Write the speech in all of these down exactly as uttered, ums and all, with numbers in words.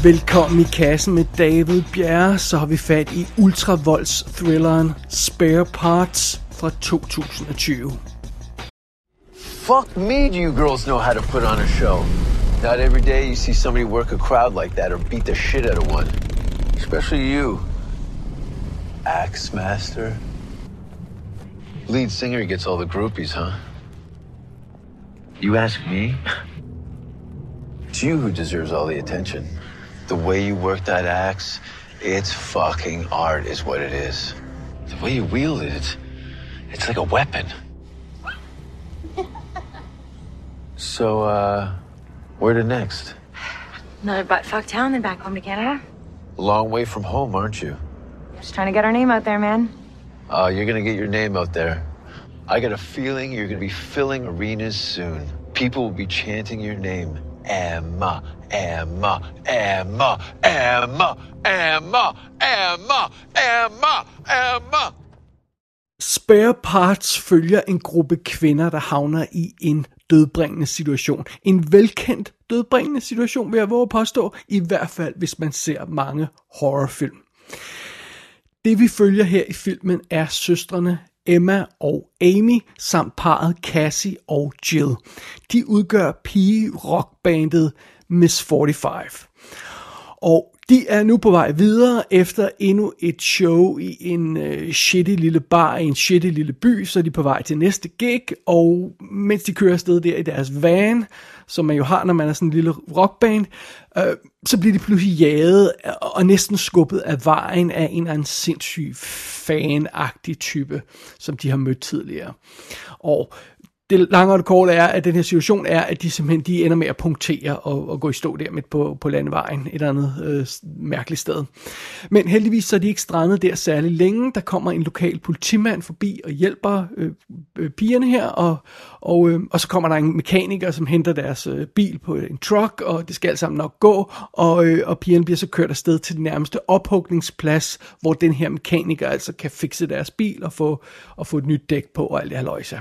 Velkommen i kassen med David Bjerre, så har vi fat i ultravolds-thrilleren Spare Parts fra to tusind og tyve. Fuck me, do you girls know how to put on a show. Not every day you see somebody work a crowd like that or beat the shit out of one. Especially you, Axe Master. Lead singer gets all the groupies, huh? You ask me? It's you who deserves all the attention. The way you work that axe, it's fucking art is what it is. The way you wield it, it's, it's like a weapon. So, uh, where to next? Another butt-fuck town, then back home to Canada. A long way from home, aren't you? Just trying to get our name out there, man. Oh, you're gonna get your name out there. I got a feeling you're gonna be filling arenas soon. People will be chanting your name. Emma, Emma, Emma, Emma, Emma, Emma, Emma, Emma. Spare Parts følger en gruppe kvinder, der havner i en dødbringende situation. En velkendt dødbringende situation, vil jeg våge at påstå, i hvert fald hvis man ser mange horrorfilm. Det vi følger her i filmen er søstrene Emma og Amy, samt parret Cassie og Jill. De udgør pige-rockbandet Miss forty-five. Og de er nu på vej videre efter endnu et show i en øh, shitty lille bar i en shitty lille by, så er de på vej til næste gig, og mens de kører afsted der i deres van, som man jo har, når man er sådan en lille rockband, øh, så bliver de pludselig jaget og næsten skubbet af vejen af en eller anden sindssyg fan-agtig type, som de har mødt tidligere. Og det lange og det korte er, at den her situation er, at de simpelthen de ender med at punktere og, og gå i stå der midt på, på landevejen, et eller andet øh, mærkeligt sted. Men heldigvis så er de ikke strandet der særlig længe. Der kommer en lokal politimand forbi og hjælper øh, øh, pigerne her, og, og, øh, og så kommer der en mekaniker, som henter deres øh, bil på en truck, og det skal alt sammen nok gå, og, øh, og pigerne bliver så kørt afsted til den nærmeste ophugningsplads, hvor den her mekaniker altså kan fikse deres bil og få, og få et nyt dæk på og alt det her løjse.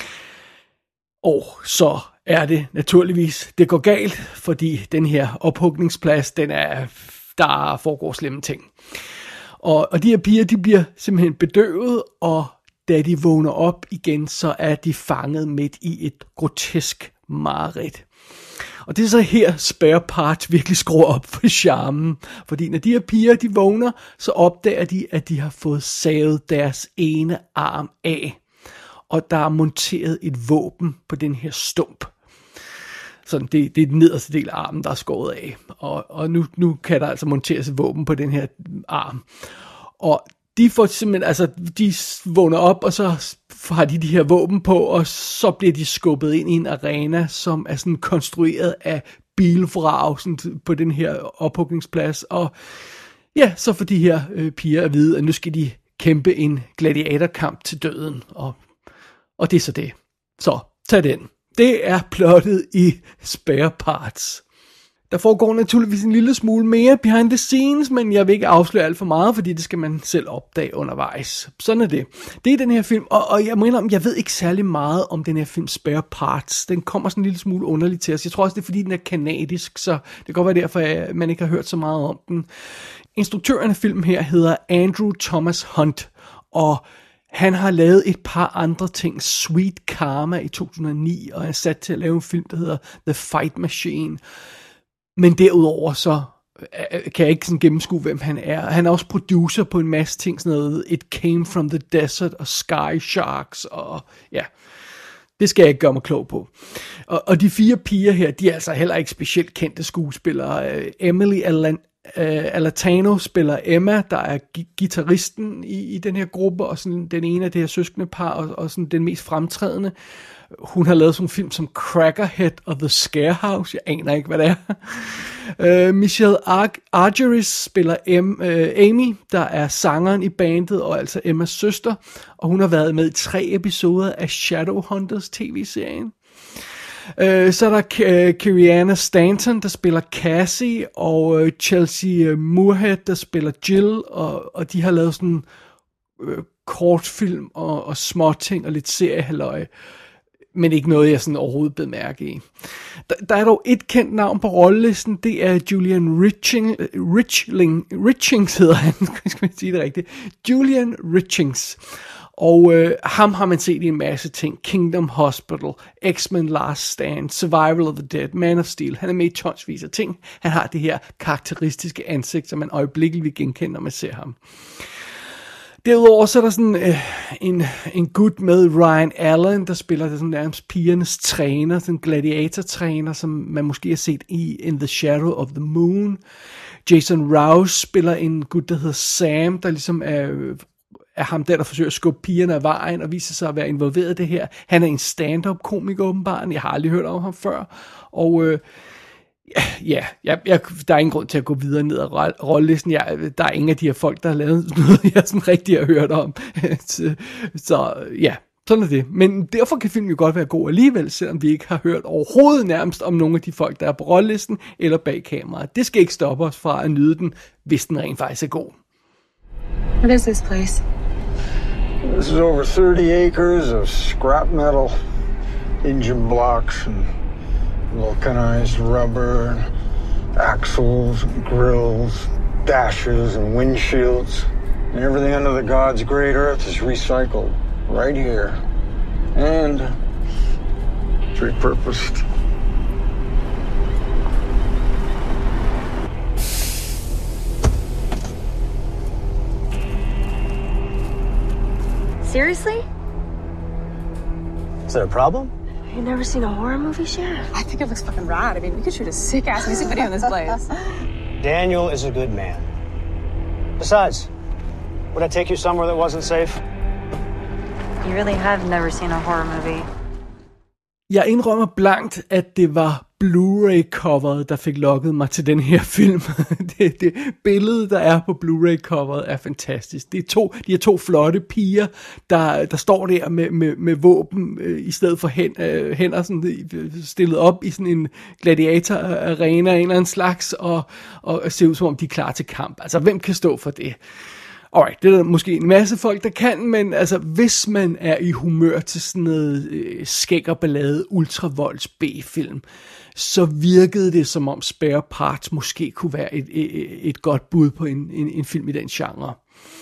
Og så er det naturligvis, det går galt, fordi den her ophugningsplads, den er, der foregår slemme ting. Og, og de her piger, de bliver simpelthen bedøvet, og da de vågner op igen, så er de fanget midt i et grotesk mareridt. Og det er så her Spare Parts virkelig skruer op for charmen, fordi når de her piger, de vågner, så opdager de, at de har fået savet deres ene arm af. Og der er monteret et våben på den her stump. Sådan, det, det er den nederste del af armen, der er skåret af. Og, og nu, nu kan der altså monteres et våben på den her arm. Og de får simpelthen, altså, de vågner op, og så har de de her våben på, og så bliver de skubbet ind i en arena, som er sådan konstrueret af bilvrag sådan på den her ophugningsplads. Og ja, så får de her øh, piger at vide, at nu skal de kæmpe en gladiatorkamp til døden, og Og det er så det. Så, tag den. Det er plottet i Spare Parts. Der foregår naturligvis en lille smule mere behind the scenes, men jeg vil ikke afsløre alt for meget, fordi det skal man selv opdage undervejs. Sådan er det. Det er den her film, og, og jeg må indrømme, jeg ved ikke særlig meget om den her film Spare Parts. Den kommer sådan en lille smule underligt til os. Jeg tror også, det er fordi, den er kanadisk, så det kan godt være derfor, at man ikke har hørt så meget om den. Instruktøren af filmen her hedder Andrew Thomas Hunt, og han har lavet et par andre ting. Sweet Karma i to tusind og ni, og er sat til at lave en film, der hedder The Fight Machine. Men derudover så kan jeg ikke sådan gennemskue, hvem han er. Han er også producer på en masse ting, sådan noget It Came From The Desert og Sky Sharks, og ja, det skal jeg ikke gøre mig klog på. Og, og de fire piger her, de er altså heller ikke specielt kendte skuespillere. Emily Alan Uh, Alatano spiller Emma, der er gu- guitaristen i, i den her gruppe, og sådan den ene af det her søskende par, og, og sådan den mest fremtrædende. Hun har lavet sådan en film som Crackerhead og The Scarehouse. Jeg aner ikke, hvad det er. uh, Michelle Ar- Argyris spiller em- uh, Amy, der er sangeren i bandet, og altså Emmas søster, og hun har været med i tre episoder af Shadowhunters tv-serien. Uh, så er der uh, Kiriana Stanton, der spiller Cassie, og uh, Chelsea Moorhead, der spiller Jill, og, og de har lavet sådan uh, kortfilm og, og småting og lidt seriehalløj. men ikke noget, jeg sådan overhovedet bed mærke i. Der, der er dog et kendt navn på rollelisten, det er Julian Riching, Richling, Richings hedder han, skal man sige det rigtigt, Julian Richings. Og øh, ham har man set i en masse ting. Kingdom Hospital, X-Men Last Stand, Survival of the Dead, Man of Steel. Han er med i tonsvis af ting. Han har det her karakteristiske ansigt, som man øjeblikkeligt vil genkende, når man ser ham. Derudover så er der sådan øh, en, en gut med, Ryan Allen, der spiller det sådan nærmest pigernes træner, sådan en gladiator-træner, som man måske har set i In the Shadow of the Moon. Jason Rouse spiller en gut, der hedder Sam, der ligesom er... er ham der, der forsøger at skubbe pigerne af vejen, og viser sig at være involveret i det her. Han er en stand-up-komiker åbenbart, jeg har aldrig hørt om ham før, og øh, ja, jeg, jeg, der er ingen grund til at gå videre ned ad rollelisten. Jeg, der er ingen af de her folk, der har lavet noget, jeg sådan rigtig har hørt om. så, så ja, sådan er det. Men derfor kan filmen jo godt være god alligevel, selvom vi ikke har hørt overhovedet nærmest om nogle af de folk, der er på rollelisten eller bag kameraet. Det skal ikke stoppe os fra at nyde den, hvis den rent faktisk er god. What is this place? This is over thirty acres of scrap metal, engine blocks and vulcanized rubber, and axles, and grills, dashes and windshields. And everything under the God's great earth is recycled right here. And it's repurposed. Seriously? Is that a problem? You've never seen a horror movie, Sheriff? I think it looks fucking rad. I mean, we could shoot a sick-ass music video in this place. Daniel is a good man. Besides, would I take you somewhere that wasn't safe? You really have never seen a horror movie. Jeg indrømmer blankt, at det var Blu-ray-coveret, der fik lokket mig til den her film. det, det billede, der er på Blu-ray-coveret, er fantastisk. Det er to, de er to flotte piger, der, der står der med, med, med våben øh, i stedet for hen, øh, hænder sådan, stillet op i sådan en gladiator-arena af en eller anden slags, og, og ser ud som om de er klar til kamp. Altså, hvem kan stå for det? Alright, det er der måske en masse folk, der kan, men altså, hvis man er i humør til sådan noget øh, skæg og ballade, ultravolds B-film, så virkede det som om Spare Parts måske kunne være et, et, et godt bud på en, en, en film i den genre.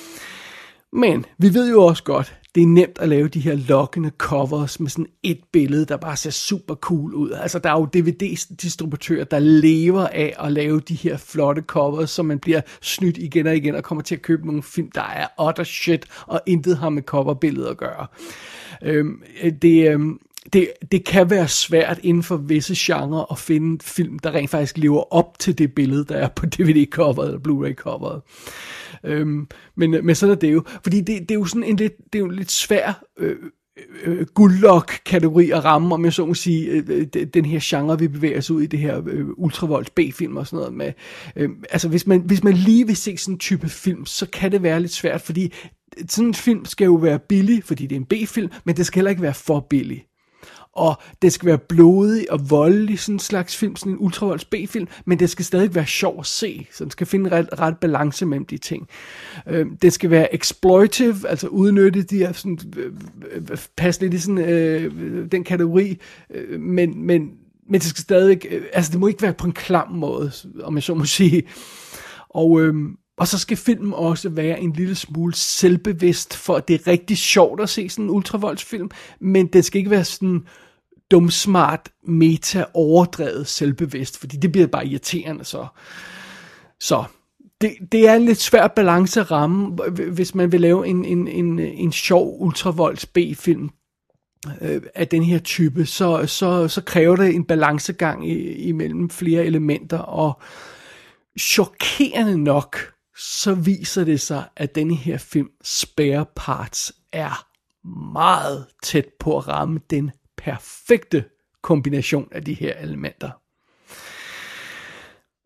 Men vi ved jo også godt, det er nemt at lave de her lokkende covers med sådan et billede, der bare ser super cool ud. Altså, der er jo D V D-distributører, der lever af at lave de her flotte covers, så man bliver snydt igen og igen og kommer til at købe nogle film, der er utter shit og intet har med coverbilledet at gøre. Øhm, det... Øhm, Det, det kan være svært inden for visse genrer at finde film, der rent faktisk lever op til det billede, der er på D V D-coveret eller Blu-ray-coveret. Øhm, men, men sådan er det jo. Fordi det, det er jo sådan en lidt, det er jo en lidt svær øh, øh, guldlok-kategori at ramme, om jeg så må sige, øh, den her genre, vi bevæger os ud i, det her øh, ultravolds B-film og sådan noget med. Øh, altså, hvis man, hvis man lige vil se sådan en type film, så kan det være lidt svært, fordi sådan en film skal jo være billig, fordi det er en B-film, men det skal heller ikke være for billig. Og det skal være blodig og voldelig, sådan en slags film, sådan en ultravolds B-film, men det skal stadig være sjov at se, så den skal finde ret, ret balance mellem de ting. Øh, det skal være exploitive, altså udnytte de her, sådan, øh, passe lidt i sådan, øh, den kategori, øh, men, men, men det skal stadig, øh, altså det må ikke være på en klam måde, om jeg så må sige. Og... Øh, Og så skal filmen også være en lille smule selvbevidst, for det er rigtig sjovt at se sådan en ultravoldsfilm, men den skal ikke være sådan dumsmart, meta, overdrevet selvbevidst, fordi det bliver bare irriterende så. Så det, det er en lidt svær balance at ramme, hvis man vil lave en, en, en, en sjov ultravolds B-film øh, af den her type, så, så, så kræver det en balancegang i, imellem flere elementer, og chokerende nok, så viser det sig, at denne her film, Spare Parts, er meget tæt på at ramme den perfekte kombination af de her elementer.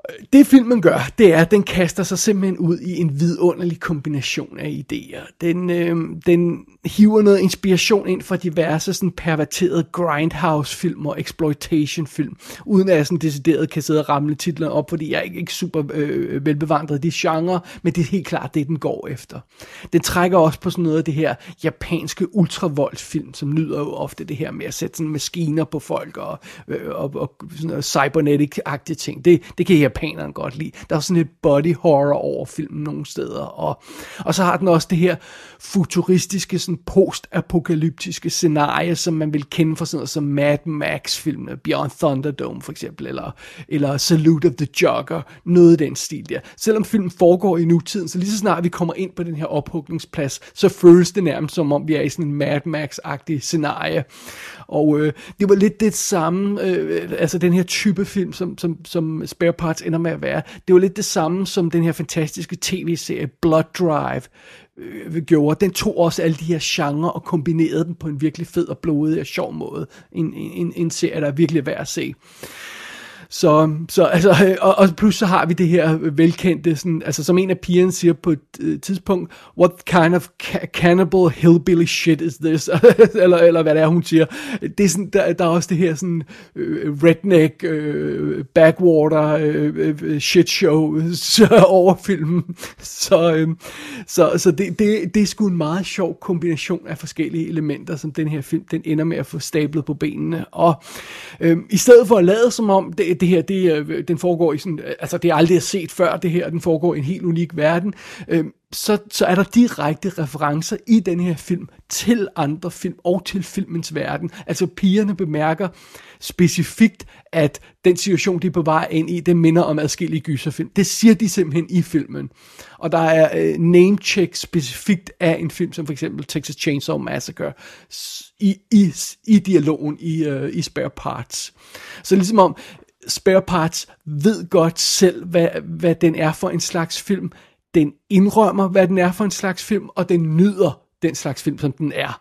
Det filmen gør, det er, at den kaster sig simpelthen ud i en vidunderlig kombination af idéer. Den, øh, den hiver noget inspiration ind fra diverse sådan perverterede grindhouse-film og exploitation-film, uden at jeg sådan decideret kan sidde og ramle titler op, fordi jeg er ikke, ikke super øh, velbevandret i de genre, men det er helt klart det, den går efter. Den trækker også på sådan noget af det her japanske ultravoldsfilm, som nyder jo ofte det her med at sætte sådan maskiner på folk og, øh, og, og sådan noget cybernetic-agtige ting. Det, det kan japanerne godt lide. Der er sådan et body horror over filmen nogle steder, og, og så har den også det her futuristiske, sådan post-apokalyptiske scenarie, som man vil kende fra sådan noget som Mad Max-filmene, Beyond Thunderdome for eksempel, eller, eller Salute of the Jogger, noget af den stil der. Selvom filmen foregår i nutiden, så lige så snart vi kommer ind på den her ophugningsplads, så føles det nærmest som om vi er i sådan en Mad Max-agtig scenarie. Og øh, det var lidt det samme, øh, altså den her type film, som, som, som Spare Parts ender med at være, det var lidt det samme som den her fantastiske tv-serie Blood Drive øh, gjorde. Den tog også alle de her genrer og kombinerede dem på en virkelig fed og blodig og sjov måde. En, en, en serie, der er virkelig værd at se. Så, så altså, og, og plus så har vi det her velkendte, sådan, altså som en af pigerne siger på et uh, tidspunkt, what kind of ca- cannibal hillbilly shit is this? eller, eller hvad det er, hun siger. Det er sådan, der, der er også det her sådan uh, redneck, uh, backwater uh, shit show over filmen. Så, um, så, så det, det, det er sgu en meget sjov kombination af forskellige elementer, som den her film, den ender med at få stablet på benene. Og um, i stedet for at lade som om, det, det her, det, den foregår i sådan, altså det er aldrig set før det her, den foregår i en helt unik verden, øh, så, så er der direkte referencer i den her film til andre film og til filmens verden. Altså pigerne bemærker specifikt, at den situation, de er på vej ind i, det minder om adskillige gyserfilm. Det siger de simpelthen i filmen. Og der er øh, name-check specifikt af en film, som for eksempel Texas Chainsaw Massacre, i, i, i dialogen i, øh, i Spare Parts. Så ligesom om Spare Parts ved godt selv, hvad, hvad den er for en slags film. Den indrømmer, hvad den er for en slags film, og den nyder den slags film, som den er.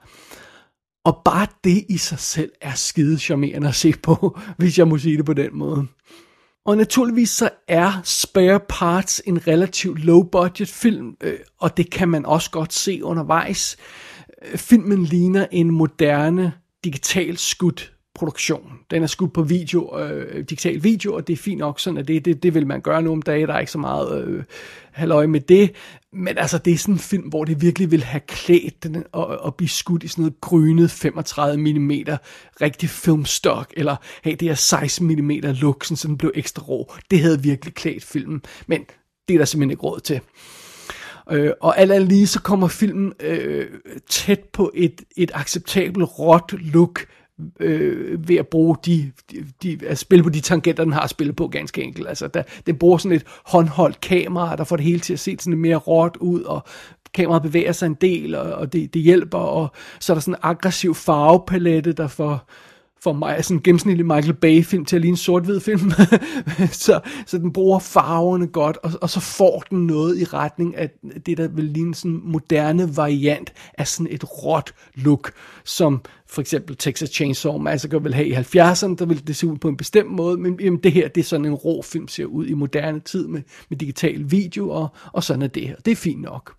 Og bare det i sig selv er skide charmerende at se på, hvis jeg må sige det på den måde. Og naturligvis så er Spare Parts en relativt low-budget film, øh, og det kan man også godt se undervejs. Filmen ligner en moderne, digitalt skudt produktion. Den er skudt på video, øh, digital video, og det er fint nok sådan, at det, det, det vil man gøre nu om dagen. Der er ikke så meget øh, halløj med det. Men altså, det er sådan en film, hvor det virkelig vil have klædt den og, og blive skudt i sådan noget grynet femogtredive millimeter rigtig filmstock, eller hey, det er seksten millimeter look, så den blev ekstra rå. Det havde virkelig klædt filmen, men det er der simpelthen ikke råd til. Øh, og alt andet lige, så kommer filmen øh, tæt på et, et acceptabelt råt look, Øh, ved at bruge de, de, de at spille på de tangenter, den har spillet på, ganske enkelt. Altså, der, den bruger sådan et håndholdt kamera, der får det hele til at se sådan mere råt ud, og kameraet bevæger sig en del, og, og det, det hjælper, og så er der sådan en aggressiv farvepalette, der får for mig sådan en gennemsnitlig Michael Bay-film til at ligne en sort-hvid film. så, så den bruger farverne godt, og, og så får den noget i retning af det, der vil ligne sådan en moderne variant af sådan et råt look, som for eksempel Texas Chainsaw Massacre vil have i halvfjerdserne, der vil det se ud på en bestemt måde, men jamen, det her, det er sådan en rå film, ser ud i moderne tid med, med digital video, og, og sådan er det her. Det er fint nok.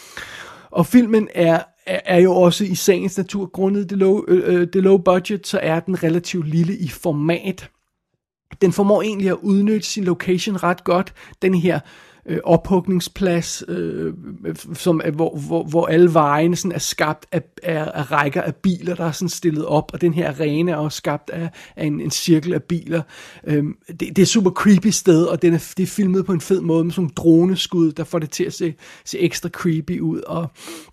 Og filmen er, er, er jo også i sagens natur, grundet det low, øh, det low budget, så er den relativt lille i format. Den formår egentlig at udnytte sin location ret godt. Den her øh, ophugningsplads, øh, som er, hvor, hvor, hvor alle vejene sådan er skabt af, af, af rækker af biler, der er sådan stillet op, og den her arena er også skabt af, af en, en cirkel af biler. Øh, det, det er et super creepy sted, og den er, det er filmet på en fed måde med sådan nogle droneskud, der får det til at se, se ekstra creepy ud, og,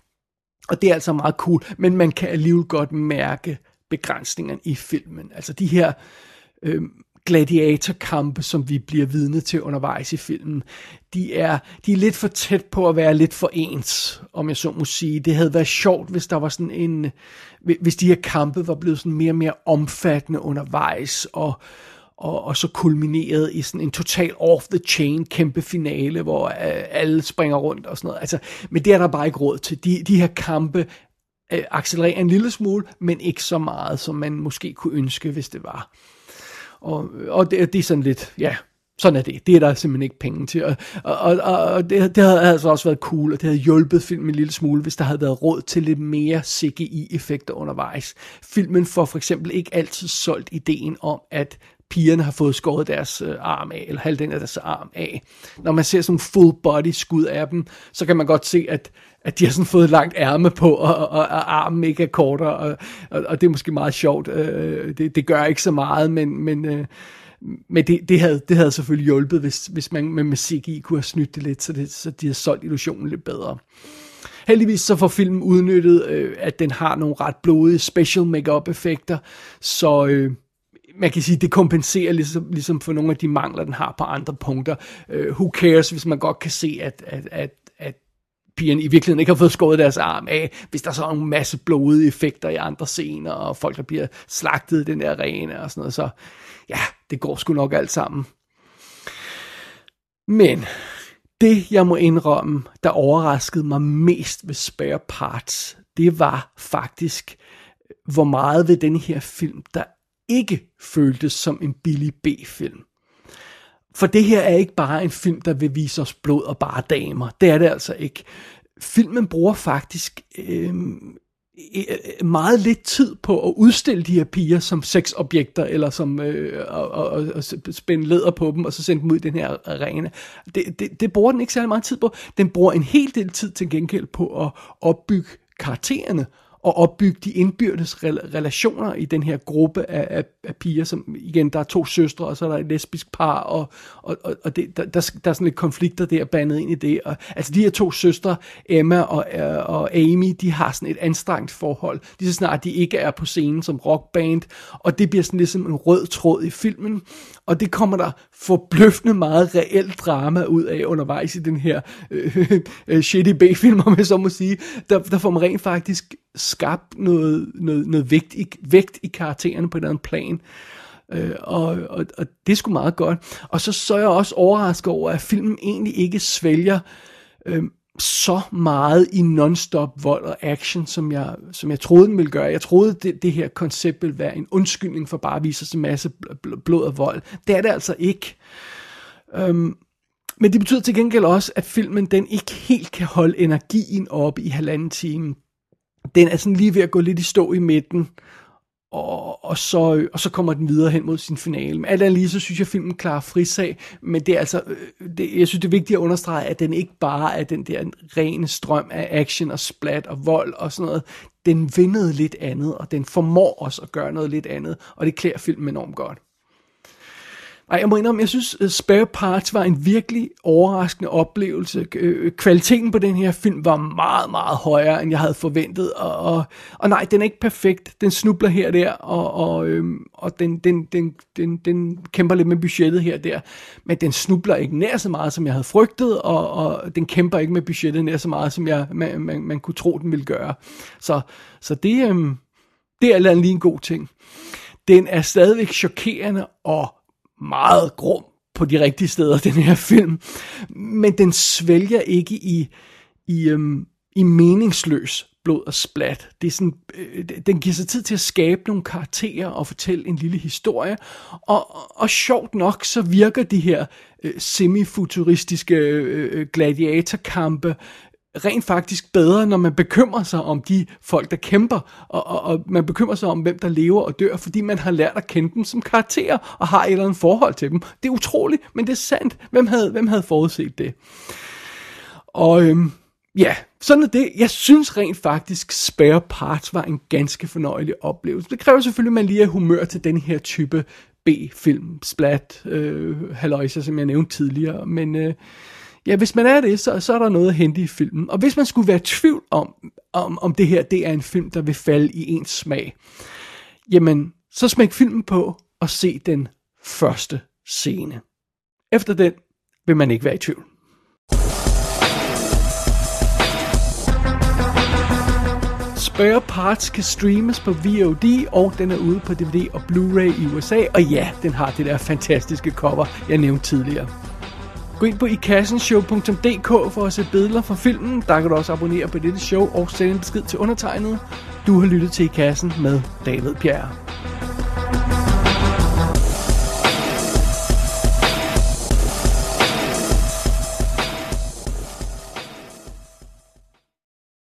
og det er altså meget cool, men man kan alligevel godt mærke begrænsningerne i filmen. Altså de her øh, gladiatorkampe, som vi bliver vidne til undervejs i filmen, de er, de er lidt for tæt på at være lidt for ens, om jeg så må sige. Det havde været sjovt, hvis der var sådan en, hvis de her kampe var blevet sådan mere og mere omfattende undervejs, og, og, og så kulmineret i sådan en total off-the-chain kæmpe finale, hvor øh, alle springer rundt og sådan noget. Altså, men det er der bare ikke råd til. De, de her kampe øh, accelererer en lille smule, men ikke så meget, som man måske kunne ønske, hvis det var. Og, og det, det er sådan lidt, ja, sådan er det. Det er der simpelthen ikke penge til. Og, og, og, og det, det havde altså også været cool, og det havde hjulpet filmen en lille smule, hvis der havde været råd til lidt mere C G I-effekter undervejs. Filmen får for eksempel ikke altid solgt ideen om, at pigerne har fået skåret deres øh, arm af, eller halvdelen af deres arm af. Når man ser sådan full body skud af dem, så kan man godt se, at, at de har sådan fået langt ærme på, og, og, og armen ikke er kortere, og, og, og det er måske meget sjovt. Øh, det, det gør ikke så meget, men, men, øh, men det, det, havde, det havde selvfølgelig hjulpet, hvis, hvis man med, med C G I kunne have snydt det lidt, så, det, så de havde solgt illusionen lidt bedre. Heldigvis så får filmen udnyttet, øh, at den har nogle ret blodige special make-up effekter, så øh, man kan sige, det kompenserer ligesom, ligesom for nogle af de mangler, den har på andre punkter. Uh, who cares, hvis man godt kan se, at, at, at, at pigerne i virkeligheden ikke har fået skåret deres arm af, hvis der så er en masse blodige effekter i andre scener, og folk, der bliver slagtet i den der arena og sådan noget, så ja, det går sgu nok alt sammen. Men det, jeg må indrømme, der overraskede mig mest ved Spare Parts, det var faktisk, hvor meget ved den her film, der ikke føltes som en billig B-film. For det her er ikke bare en film, der vil vise os blod og bare damer. Det er det altså ikke. Filmen bruger faktisk øh, meget lidt tid på at udstille de her piger som sexobjekter, eller som øh, og, og, og spænde læder på dem, og så sende dem ud i den her arena. Det, det, det bruger den ikke særlig meget tid på. Den bruger en hel del tid til gengæld på at opbygge karaktererne, og opbygge de indbyrdes relationer i den her gruppe af, af, af piger, som igen, der er to søstre, og så er der et lesbisk par, og, og, og det, der, der, der er sådan lidt konflikter der bandet ind i det. Og, altså de her to søstre, Emma og, og Amy, de har sådan et anstrengt forhold, lige så snart de ikke er på scenen som rockband, og det bliver sådan ligesom en rød tråd i filmen, og det kommer der forbløffende meget reelt drama ud af undervejs i den her øh, øh, shitty B-film, om jeg så må sige. Der, der får man rent faktisk skabt noget, noget, noget vægt, i, vægt i karaktererne på et eller andet plan. Øh, og, og, og det er sgu meget godt. Og så, så er jeg også overrasket over, at filmen egentlig ikke svælger øh, så meget i non-stop vold og action, som jeg, som jeg troede, den ville gøre. Jeg troede, det, det her koncept ville være en undskyldning for bare at vise os en masse blod og vold. Det er det altså ikke. Øhm, men det betyder til gengæld også, at filmen den ikke helt kan holde energien oppe i halvanden time. Den er sådan lige ved at gå lidt i stå i midten, og, og, så, og så kommer den videre hen mod sin finale. Men alt andet lige, så synes jeg, at filmen klarer frisag, men det er altså, det, jeg synes, det er vigtigt at understrege, at den ikke bare er den der rene strøm af action og splat og vold og sådan noget. Den vil noget lidt andet, og den formår også at gøre noget lidt andet, og det klæder filmen enormt godt. Ej, jeg må indrømme, jeg synes, Spare Parts var en virkelig overraskende oplevelse. Kvaliteten på den her film var meget, meget højere, end jeg havde forventet. Og, og, og nej, den er ikke perfekt. Den snubler her og der, og, og, øhm, og den, den, den, den, den kæmper lidt med budgettet her og der. Men den snubler ikke nær så meget, som jeg havde frygtet, og, og den kæmper ikke med budgettet nær så meget, som jeg, man, man, man kunne tro, den ville gøre. Så, så det, øhm, det er alt andet lige en god ting. Den er stadigvæk chokerende og meget grum på de rigtige steder, den her film, men den svælger ikke i, i, øhm, i meningsløs blod og splat. Det er sådan, øh, den giver sig tid til at skabe nogle karakterer og fortælle en lille historie, og, og, og sjovt nok, så virker de her øh, semi-futuristiske øh, gladiatorkampe rent faktisk bedre, når man bekymrer sig om de folk, der kæmper, og, og, og man bekymrer sig om, hvem der lever og dør, fordi man har lært at kende dem som karakterer, og har et eller andet forhold til dem. Det er utroligt, men det er sandt. Hvem havde, hvem havde forudset det? Og øhm, ja, sådan er det. Jeg synes rent faktisk, Spare Parts var en ganske fornøjelig oplevelse. Det kræver selvfølgelig, at man lige er humør til den her type B-film, splat, øh, halløjser, som jeg nævnte tidligere, men øh, ja, hvis man er det, så, så er der noget at hente i filmen. Og hvis man skulle være i tvivl om, om, om det her det er en film, der vil falde i ens smag, jamen, så smæk filmen på og se den første scene. Efter den vil man ikke være i tvivl. Spare Parts kan streames på V O D, og den er ude på D V D og Blu-ray i U S A. Og ja, den har det der fantastiske cover, jeg nævnte tidligere. Gå ind på i kassen show punktum d k for at se billeder fra filmen. Der kan du også abonnere på dette show og sende en besked til undertegnet. Du har lyttet til I Kassen med David Bjerre.